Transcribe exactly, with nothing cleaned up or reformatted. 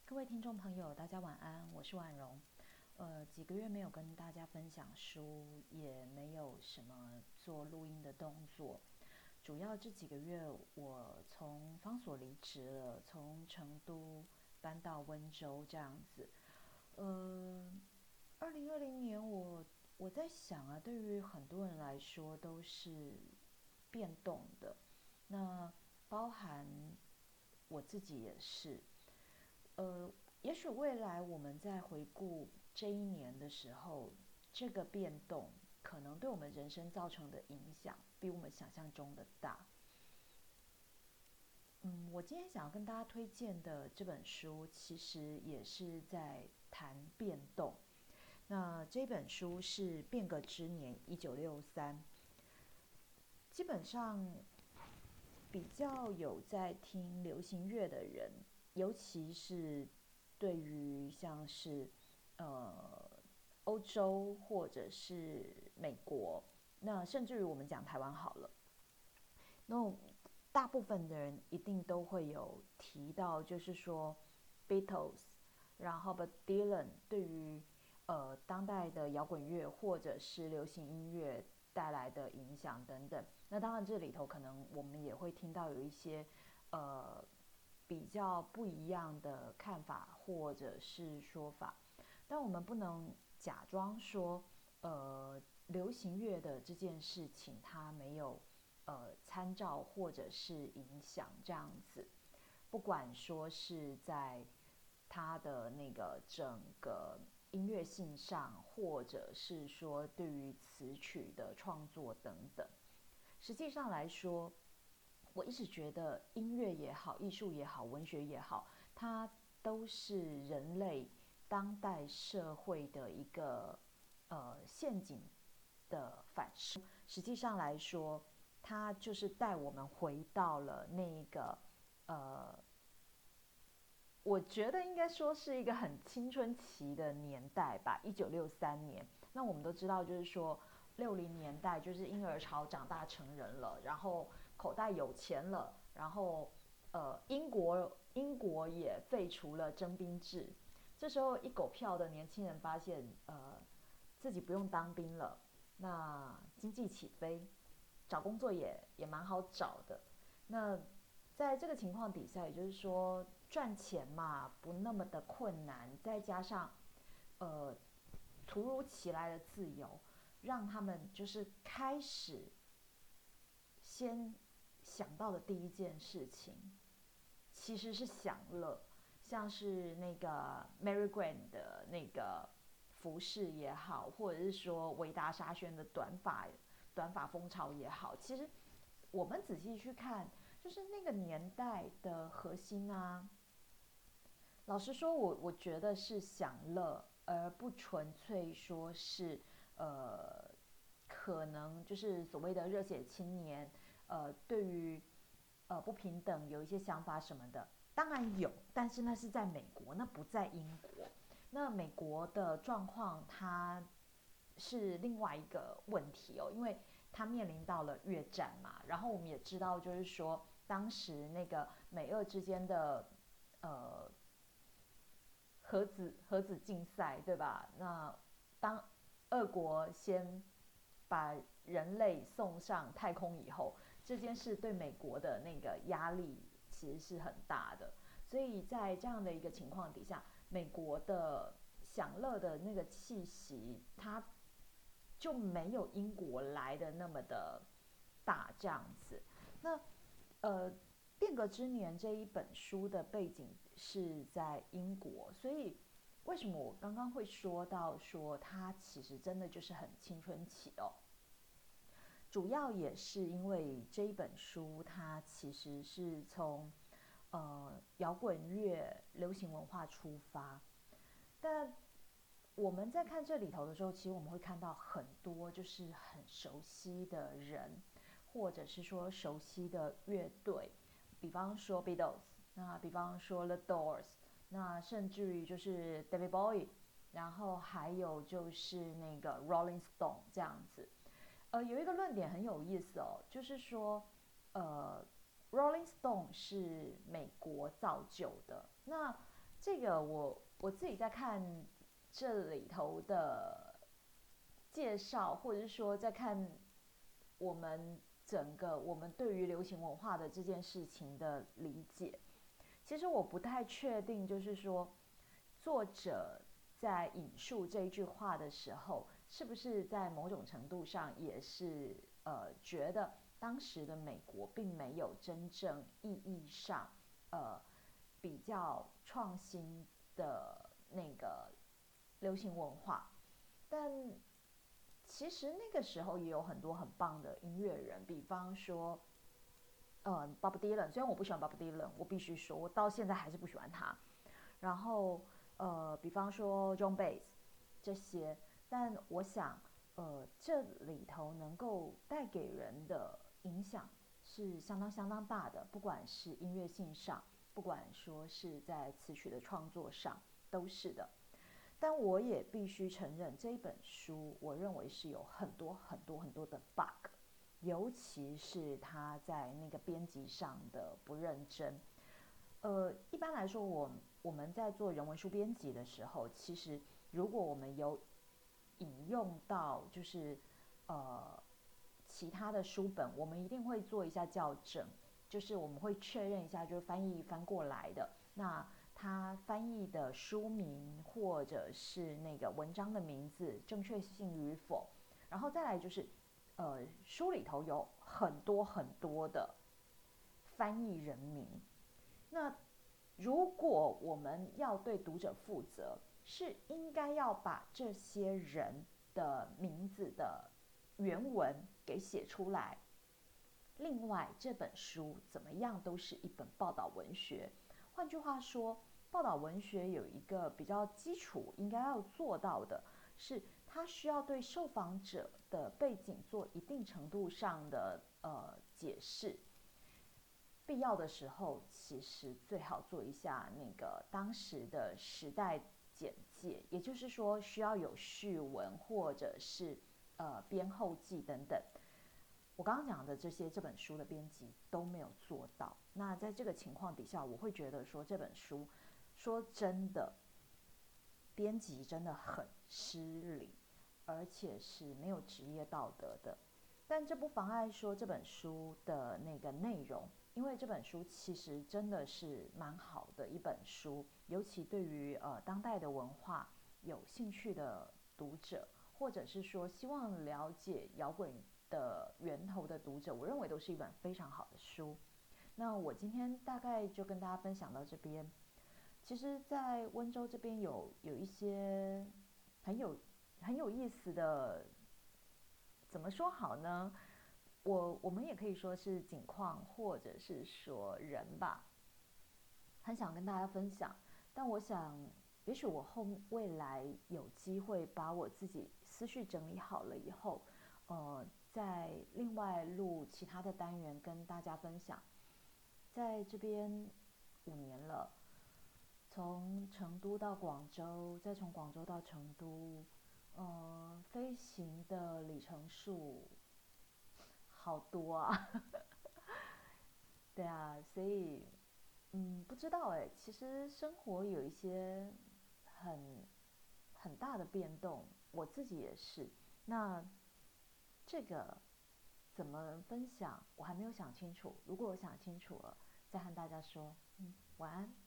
各位听众朋友，大家晚安，我是婉容。呃，几个月没有跟大家分享书，也没有什么做录音的动作。主要这几个月，我从方所离职了，从成都搬到温州这样子。呃，二零二零年我我在想啊，对于很多人来说都是变动的，那包含我自己也是。呃，也许未来我们在回顾这一年的时候，这个变动可能对我们人生造成的影响，比我们想象中的大。嗯，我今天想要跟大家推荐的这本书，其实也是在谈变动。那这本书是《变革之年》一九六三，基本上比较有在听流行乐的人，尤其是对于像是呃欧洲或者是美国，那甚至于我们讲台湾好了，那大部分的人一定都会有提到，就是说 Beatles，然后 Bob Dylan 对于呃当代的摇滚乐或者是流行音乐带来的影响等等。那当然这里头可能我们也会听到有一些呃比较不一样的看法或者是说法，但我们不能假装说呃流行乐的这件事情它没有呃参照或者是影响这样子，不管说是在它的那个整个音乐性上，或者是说对于词曲的创作等等。实际上来说，我一直觉得音乐也好，艺术也好，文学也好，它都是人类当代社会的一个呃陷阱的反射。实际上来说，它就是带我们回到了那个呃，我觉得应该说是一个很青春期的年代吧，一九六三年。那我们都知道，就是说六零年代就是婴儿潮长大成人了，然后口袋有钱了，然后呃英国英国也废除了征兵制。这时候一狗票的年轻人发现，呃自己不用当兵了，那经济起飞，找工作也也蛮好找的。那在这个情况底下，也就是说赚钱嘛不那么的困难，再加上呃突如其来的自由，让他们就是开始先想到的第一件事情其实是享乐，像是那个 Mary Grant 的那个服饰也好，或者是说维达莎轩的短发短发风潮也好，其实我们仔细去看，就是那个年代的核心啊。老实说我，我觉得是享乐，而不纯粹说是呃，可能就是所谓的热血青年，呃，对于呃不平等有一些想法什么的，当然有，但是那是在美国，那不在英国。那美国的状况，它是另外一个问题哦，因为它面临到了越战嘛，然后我们也知道，就是说当时那个美俄之间的呃核子核子竞赛，对吧？那当俄国先把人类送上太空以后，这件事对美国的那个压力其实是很大的。所以在这样的一个情况底下，美国的享乐的那个气息，它就没有英国来的那么的大这样子。那呃，《变革之年》这一本书的背景是在英国，所以为什么我刚刚会说到说它其实真的就是很青春期哦？主要也是因为这一本书它其实是从呃摇滚乐、流行文化出发，但我们在看这里头的时候，其实我们会看到很多就是很熟悉的人，或者是说熟悉的乐队，比方说 Beatles，那比方说 The Doors，那甚至于就是 David Bowie，然后还有就是那个 Rolling Stone 这样子。呃，有一个论点很有意思哦，就是说，呃，Rolling Stone 是美国造就的，那这个我我自己在看这里头的介绍，或者是说在看我们整个我们对于流行文化的这件事情的理解，其实我不太确定，就是说作者在引述这一句话的时候，是不是在某种程度上也是呃觉得当时的美国并没有真正意义上呃比较创新的那个流行文化，但其实那个时候也有很多很棒的音乐人，比方说，呃，Bob Dylan。虽然我不喜欢 Bob Dylan，我必须说，我到现在还是不喜欢他。然后，呃，比方说 John Baez 这些，但我想，呃，这里头能够带给人的影响是相当相当大的，不管是音乐性上，不管说是在词曲的创作上，都是的。但我也必须承认，这一本书我认为是有很多很多很多的 bug，尤其是他在那个编辑上的不认真。呃，一般来说，我我们在做人文书编辑的时候，其实如果我们有引用到就是呃其他的书本，我们一定会做一下校正，就是我们会确认一下，就是翻译翻过来的那他翻译的书名或者是那个文章的名字正确性与否，然后再来就是，呃，书里头有很多很多的翻译人名，那如果我们要对读者负责，是应该要把这些人的名字的原文给写出来。另外，这本书怎么样都是一本报道文学。换句话说，报道文学有一个比较基础应该要做到的是，它需要对受访者的背景做一定程度上的呃解释。必要的时候，其实最好做一下那个当时的时代简介，也就是说需要有序文或者是呃编后记等等。我刚刚讲的这些，这本书的编辑都没有做到。那在这个情况底下，我会觉得说这本书，说真的，编辑真的很失礼，而且是没有职业道德的。但这不妨碍说这本书的那个内容，因为这本书其实真的是蛮好的一本书，尤其对于呃当代的文化有兴趣的读者，或者是说希望了解摇滚的源头的读者，我认为都是一本非常好的书。那我今天大概就跟大家分享到这边。其实，在温州这边有有一些很有很有意思的，怎么说好呢？我我们也可以说是景况，或者是说人吧，很想跟大家分享。但我想，也许我后未来有机会把我自己思绪整理好了以后，呃，再另外录其他的单元跟大家分享。在这边五年了，从成都到广州，再从广州到成都，呃，飞行的里程数好多啊。对啊，所以嗯，不知道哎，其实生活有一些很很大的变动，我自己也是。那这个怎么分享，我还没有想清楚。如果我想清楚了，再和大家说。嗯，晚安。